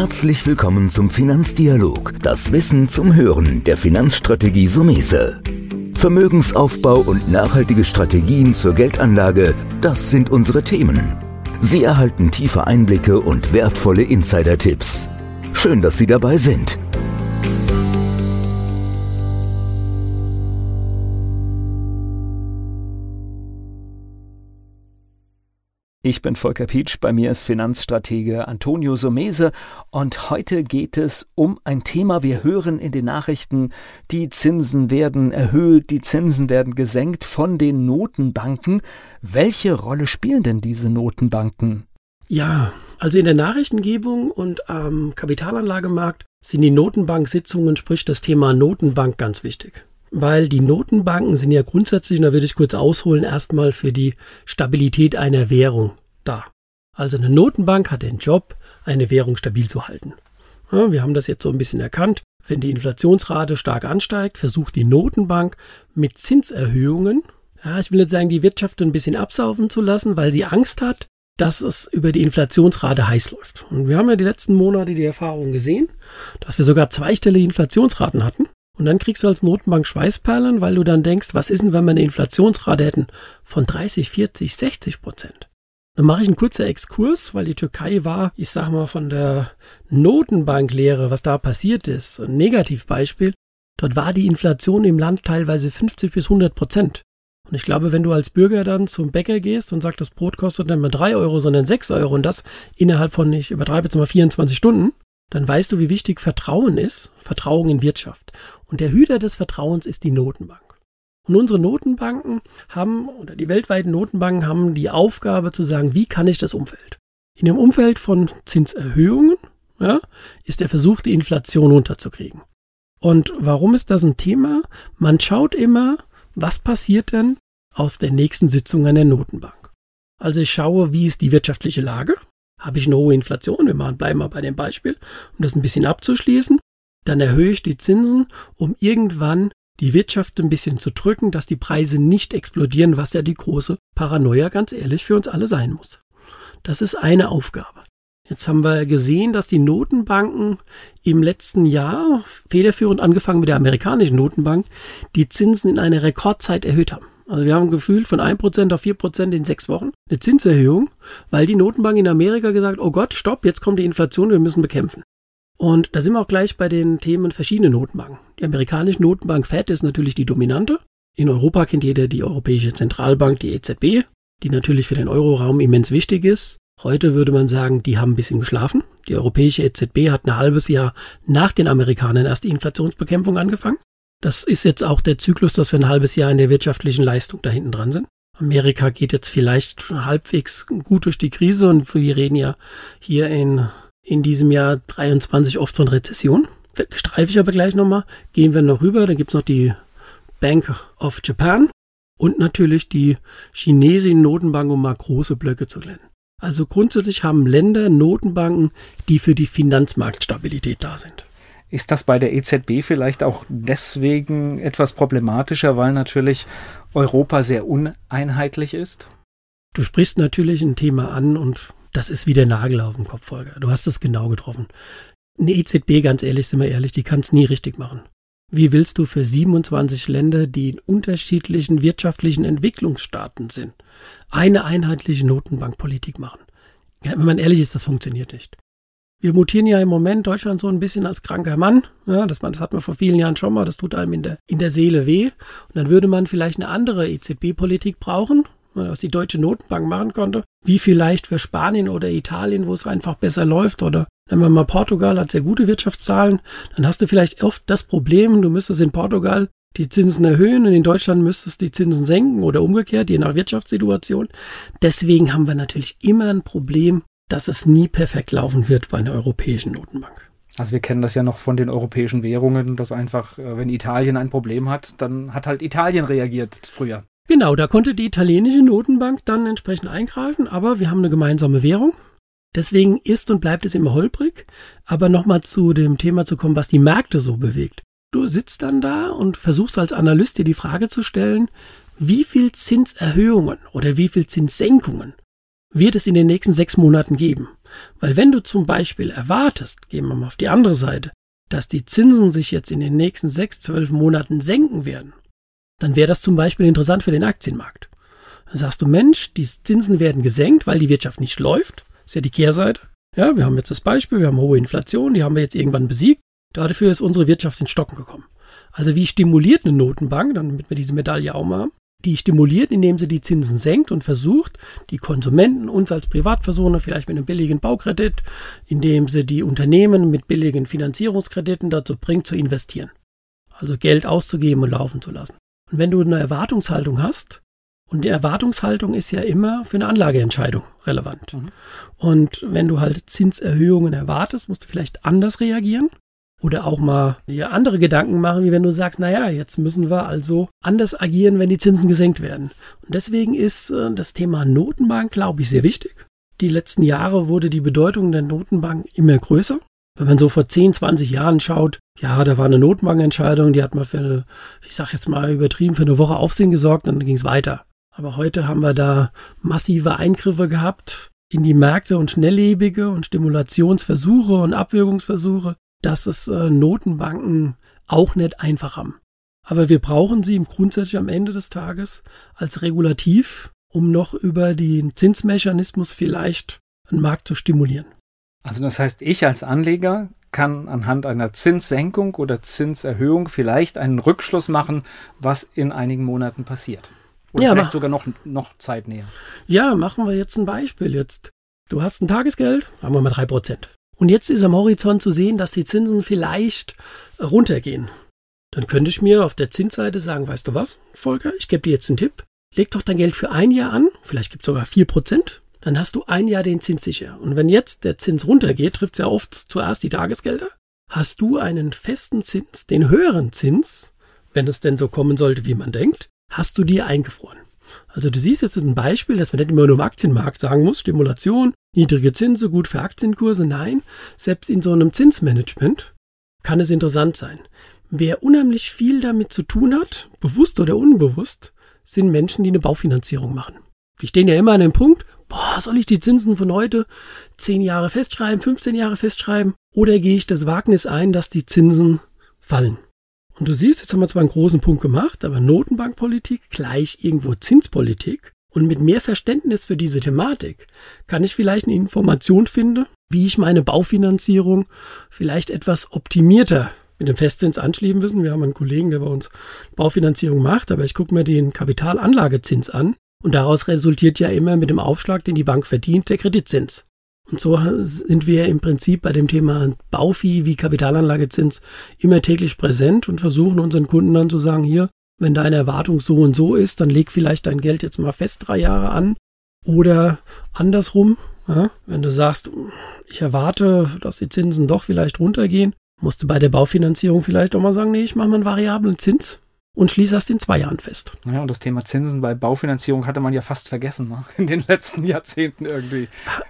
Herzlich willkommen zum Finanzdialog, das Wissen zum Hören der Finanzstrategie Sumese. Vermögensaufbau und nachhaltige Strategien zur Geldanlage, das sind unsere Themen. Sie erhalten tiefe Einblicke und wertvolle Insider-Tipps. Schön, dass Sie dabei sind. Ich bin Volker Pietsch, bei mir ist Finanzstratege Antonio Sumese und heute geht es um ein Thema, wir hören in den Nachrichten, die Zinsen werden erhöht, die Zinsen werden gesenkt von den Notenbanken. Welche Rolle spielen denn diese Notenbanken? Ja, also in der Nachrichtengebung und am Kapitalanlagemarkt sind die Notenbank-Sitzungen, sprich das Thema Notenbank, ganz wichtig. Weil die Notenbanken sind ja grundsätzlich, und da würde ich kurz ausholen, erstmal für die Stabilität einer Währung da. Also eine Notenbank hat den Job, eine Währung stabil zu halten. Ja, wir haben das jetzt so ein bisschen erkannt. Wenn die Inflationsrate stark ansteigt, versucht die Notenbank mit Zinserhöhungen, ich will jetzt sagen, die Wirtschaft ein bisschen absaufen zu lassen, weil sie Angst hat, dass es über die Inflationsrate heiß läuft. Und wir haben ja die letzten Monate die Erfahrung gesehen, dass wir sogar zweistellige Inflationsraten hatten. Und dann kriegst du als Notenbank Schweißperlen, weil du dann denkst, was ist denn, wenn wir eine Inflationsrate hätten von 30, 40, 60%? Dann mache ich einen kurzen Exkurs, weil die Türkei war, ich sag mal, von der Notenbanklehre, was da passiert ist, ein Negativbeispiel. Dort war die Inflation im Land teilweise 50 bis 100%. Und ich glaube, wenn du als Bürger dann zum Bäcker gehst und sagst, das Brot kostet nicht mehr 3 Euro, sondern 6 Euro und das innerhalb von, ich übertreibe jetzt mal 24 Stunden, dann weißt du, wie wichtig Vertrauen ist, Vertrauen in Wirtschaft. Und der Hüter des Vertrauens ist die Notenbank. Und unsere Notenbanken haben, oder die weltweiten Notenbanken haben die Aufgabe zu sagen, wie kann ich das Umfeld? In dem Umfeld von Zinserhöhungen ist der Versuch, die Inflation runterzukriegen. Und warum ist das ein Thema? Man schaut immer, was passiert denn auf der nächsten Sitzung an der Notenbank. Also ich schaue, wie ist die wirtschaftliche Lage? Habe ich eine hohe Inflation? Wir bleiben mal bei dem Beispiel, um das ein bisschen abzuschließen. Dann erhöhe ich die Zinsen, um irgendwann die Wirtschaft ein bisschen zu drücken, dass die Preise nicht explodieren, was ja die große Paranoia, ganz ehrlich, für uns alle sein muss. Das ist eine Aufgabe. Jetzt haben wir gesehen, dass die Notenbanken im letzten Jahr, federführend angefangen mit der amerikanischen Notenbank, die Zinsen in einer Rekordzeit erhöht haben. Also wir haben gefühlt von 1% auf 4% in 6 Wochen eine Zinserhöhung, weil die Notenbank in Amerika gesagt, oh Gott, stopp, jetzt kommt die Inflation, wir müssen bekämpfen. Und da sind wir auch gleich bei den Themen verschiedene Notenbanken. Die amerikanische Notenbank Fed ist natürlich die dominante. In Europa kennt jeder die Europäische Zentralbank, die EZB, die natürlich für den Euroraum immens wichtig ist. Heute würde man sagen, die haben ein bisschen geschlafen. Die Europäische EZB hat ein halbes Jahr nach den Amerikanern erst die Inflationsbekämpfung angefangen. Das ist jetzt auch der Zyklus, dass wir ein halbes Jahr in der wirtschaftlichen Leistung da hinten dran sind. Amerika geht jetzt vielleicht halbwegs gut durch die Krise und wir reden ja hier in diesem Jahr 23 oft von Rezession. Streife ich aber gleich nochmal. Gehen wir noch rüber, dann gibt es noch die Bank of Japan und natürlich die chinesische Notenbank, um mal große Blöcke zu nennen. Also grundsätzlich haben Länder Notenbanken, die für die Finanzmarktstabilität da sind. Ist das bei der EZB vielleicht auch deswegen etwas problematischer, weil natürlich Europa sehr uneinheitlich ist? Du sprichst natürlich ein Thema an und das ist wie der Nagel auf dem Kopf, Volker. Du hast es genau getroffen. Eine EZB, ganz ehrlich, sind wir ehrlich, die kann es nie richtig machen. Wie willst du für 27 Länder, die in unterschiedlichen wirtschaftlichen Entwicklungsstaaten sind, eine einheitliche Notenbankpolitik machen? Ja, wenn man ehrlich ist, das funktioniert nicht. Wir mutieren ja im Moment Deutschland so ein bisschen als kranker Mann. Ja, das hat man vor vielen Jahren schon mal. Das tut einem in der Seele weh. Und dann würde man vielleicht eine andere EZB-Politik brauchen, was die Deutsche Notenbank machen konnte. Wie vielleicht für Spanien oder Italien, wo es einfach besser läuft. Oder nehmen wir mal Portugal, hat sehr gute Wirtschaftszahlen. Dann hast du vielleicht oft das Problem, du müsstest in Portugal die Zinsen erhöhen und in Deutschland müsstest du die Zinsen senken oder umgekehrt, je nach Wirtschaftssituation. Deswegen haben wir natürlich immer ein Problem, dass es nie perfekt laufen wird bei einer europäischen Notenbank. Also wir kennen das ja noch von den europäischen Währungen, dass einfach, wenn Italien ein Problem hat, dann hat halt Italien reagiert früher. Genau, da konnte die italienische Notenbank dann entsprechend eingreifen, aber wir haben eine gemeinsame Währung. Deswegen ist und bleibt es immer holprig. Aber nochmal zu dem Thema zu kommen, was die Märkte so bewegt. Du sitzt dann da und versuchst als Analyst dir die Frage zu stellen, wie viel Zinserhöhungen oder wie viel Zinssenkungen wird es in den nächsten 6 Monaten geben? Weil wenn du zum Beispiel erwartest, gehen wir mal auf die andere Seite, dass die Zinsen sich jetzt in den nächsten 6-12 Monaten senken werden, dann wäre das zum Beispiel interessant für den Aktienmarkt. Dann sagst du, Mensch, die Zinsen werden gesenkt, weil die Wirtschaft nicht läuft. Das ist ja die Kehrseite. Ja, wir haben jetzt das Beispiel, wir haben hohe Inflation, die haben wir jetzt irgendwann besiegt. Dafür ist unsere Wirtschaft ins Stocken gekommen. Also wie stimuliert eine Notenbank, damit wir diese Medaille auch mal haben? Die stimuliert, indem sie die Zinsen senkt und versucht, die Konsumenten, uns als Privatpersonen, vielleicht mit einem billigen Baukredit, indem sie die Unternehmen mit billigen Finanzierungskrediten dazu bringt, zu investieren. Also Geld auszugeben und laufen zu lassen. Und wenn du eine Erwartungshaltung hast, und die Erwartungshaltung ist ja immer für eine Anlageentscheidung relevant. Und wenn du halt Zinserhöhungen erwartest, musst du vielleicht anders reagieren. Oder auch mal dir andere Gedanken machen, wie wenn du sagst, naja, jetzt müssen wir also anders agieren, wenn die Zinsen gesenkt werden. Und deswegen ist das Thema Notenbank, glaube ich, sehr wichtig. Die letzten Jahre wurde die Bedeutung der Notenbank immer größer. Wenn man so vor 10, 20 Jahren schaut, ja, da war eine Notenbankentscheidung, die hat mal für eine, ich sage jetzt mal übertrieben, für eine Woche Aufsehen gesorgt und dann ging es weiter. Aber heute haben wir da massive Eingriffe gehabt in die Märkte und schnelllebige und Stimulationsversuche und Abwürgungsversuche, dass es Notenbanken auch nicht einfach haben. Aber wir brauchen sie grundsätzlich am Ende des Tages als Regulativ, um noch über den Zinsmechanismus vielleicht einen Markt zu stimulieren. Also das heißt, ich als Anleger kann anhand einer Zinssenkung oder Zinserhöhung vielleicht einen Rückschluss machen, was in einigen Monaten passiert. Oder vielleicht sogar noch zeitnäher. Ja, machen wir jetzt ein Beispiel. Jetzt, du hast ein Tagesgeld, sagen wir mal 3%. Und jetzt ist am Horizont zu sehen, dass die Zinsen vielleicht runtergehen. Dann könnte ich mir auf der Zinsseite sagen, weißt du was, Volker, ich gebe dir jetzt einen Tipp. Leg doch dein Geld für ein Jahr an, vielleicht gibt es sogar 4%. Dann hast du ein Jahr den Zins sicher. Und wenn jetzt der Zins runtergeht, trifft es ja oft zuerst die Tagesgelder, hast du einen festen Zins, den höheren Zins, wenn es denn so kommen sollte, wie man denkt, hast du dir eingefroren. Also du siehst jetzt ein Beispiel, dass man nicht immer nur im Aktienmarkt sagen muss, Stimulation, niedrige Zinsen, gut für Aktienkurse. Nein, selbst in so einem Zinsmanagement kann es interessant sein. Wer unheimlich viel damit zu tun hat, bewusst oder unbewusst, sind Menschen, die eine Baufinanzierung machen. Die stehen ja immer an dem Punkt, soll ich die Zinsen von heute 10 Jahre festschreiben, 15 Jahre festschreiben oder gehe ich das Wagnis ein, dass die Zinsen fallen? Und du siehst, jetzt haben wir zwar einen großen Punkt gemacht, aber Notenbankpolitik gleich irgendwo Zinspolitik. Und mit mehr Verständnis für diese Thematik kann ich vielleicht eine Information finden, wie ich meine Baufinanzierung vielleicht etwas optimierter mit dem Festzins anschließen müssen. Wir haben einen Kollegen, der bei uns Baufinanzierung macht, aber ich gucke mir den Kapitalanlagezins an und daraus resultiert ja immer mit dem Aufschlag, den die Bank verdient, der Kreditzins. Und so sind wir im Prinzip bei dem Thema Baufi wie Kapitalanlagezins immer täglich präsent und versuchen unseren Kunden dann zu sagen, hier, wenn deine Erwartung so und so ist, dann leg vielleicht dein Geld jetzt mal fest 3 Jahre an oder andersrum. Ja, wenn du sagst, ich erwarte, dass die Zinsen doch vielleicht runtergehen, musst du bei der Baufinanzierung vielleicht auch mal sagen, nee, ich mache mal einen variablen Zins und schließe erst in 2 Jahren fest. Ja, und das Thema Zinsen bei Baufinanzierung hatte man ja fast vergessen, ne? In den letzten Jahrzehnten irgendwie.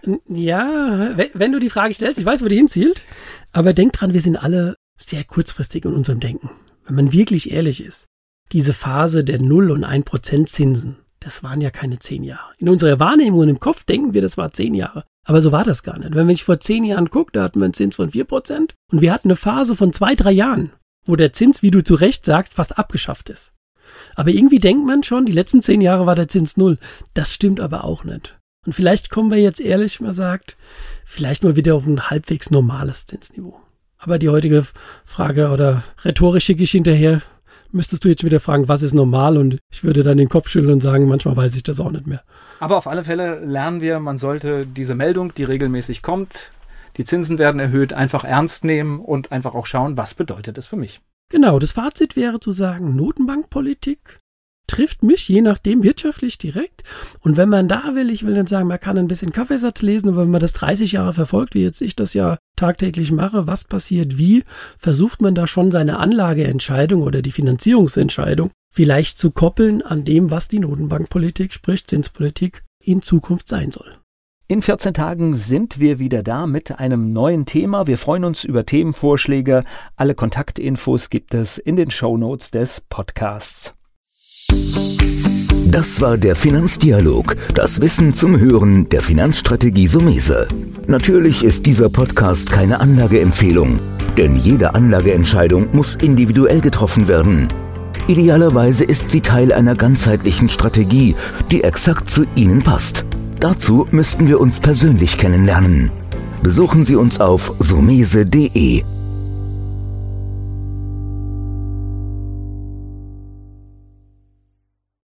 Ja, wenn du die Frage stellst, ich weiß, wo die hinzielt, aber denk dran, wir sind alle sehr kurzfristig in unserem Denken. Wenn man wirklich ehrlich ist, diese Phase der 0 und 1% Zinsen, das waren ja keine 10 Jahre. In unserer Wahrnehmung und im Kopf denken wir, das war 10 Jahre. Aber so war das gar nicht. Wenn ich vor 10 Jahren gucke, da hatten wir einen Zins von 4% und wir hatten eine Phase von 2-3 Jahren, wo der Zins, wie du zu Recht sagst, fast abgeschafft ist. Aber irgendwie denkt man schon, die letzten 10 Jahre war der Zins 0. Das stimmt aber auch nicht. Und vielleicht kommen wir jetzt ehrlich mal sagt, vielleicht mal wieder auf ein halbwegs normales Zinsniveau. Aber die heutige Frage oder rhetorische Geschichte hinterher, müsstest du jetzt wieder fragen, was ist normal? Und ich würde dann den Kopf schütteln und sagen, manchmal weiß ich das auch nicht mehr. Aber auf alle Fälle lernen wir, man sollte diese Meldung, die regelmäßig kommt, die Zinsen werden erhöht, einfach ernst nehmen und einfach auch schauen, was bedeutet es für mich. Genau, das Fazit wäre zu sagen, Notenbankpolitik trifft mich je nachdem wirtschaftlich direkt. Und wenn man da will, ich will nicht sagen, man kann ein bisschen Kaffeesatz lesen, aber wenn man das 30 Jahre verfolgt, wie jetzt ich das ja tagtäglich mache, was passiert wie, versucht man da schon seine Anlageentscheidung oder die Finanzierungsentscheidung vielleicht zu koppeln an dem, was die Notenbankpolitik, sprich Zinspolitik, in Zukunft sein soll. In 14 Tagen sind wir wieder da mit einem neuen Thema. Wir freuen uns über Themenvorschläge. Alle Kontaktinfos gibt es in den Shownotes des Podcasts. Das war der Finanzdialog, das Wissen zum Hören der Finanzstrategie Sumese. Natürlich ist dieser Podcast keine Anlageempfehlung, denn jede Anlageentscheidung muss individuell getroffen werden. Idealerweise ist sie Teil einer ganzheitlichen Strategie, die exakt zu Ihnen passt. Dazu müssten wir uns persönlich kennenlernen. Besuchen Sie uns auf sumese.de.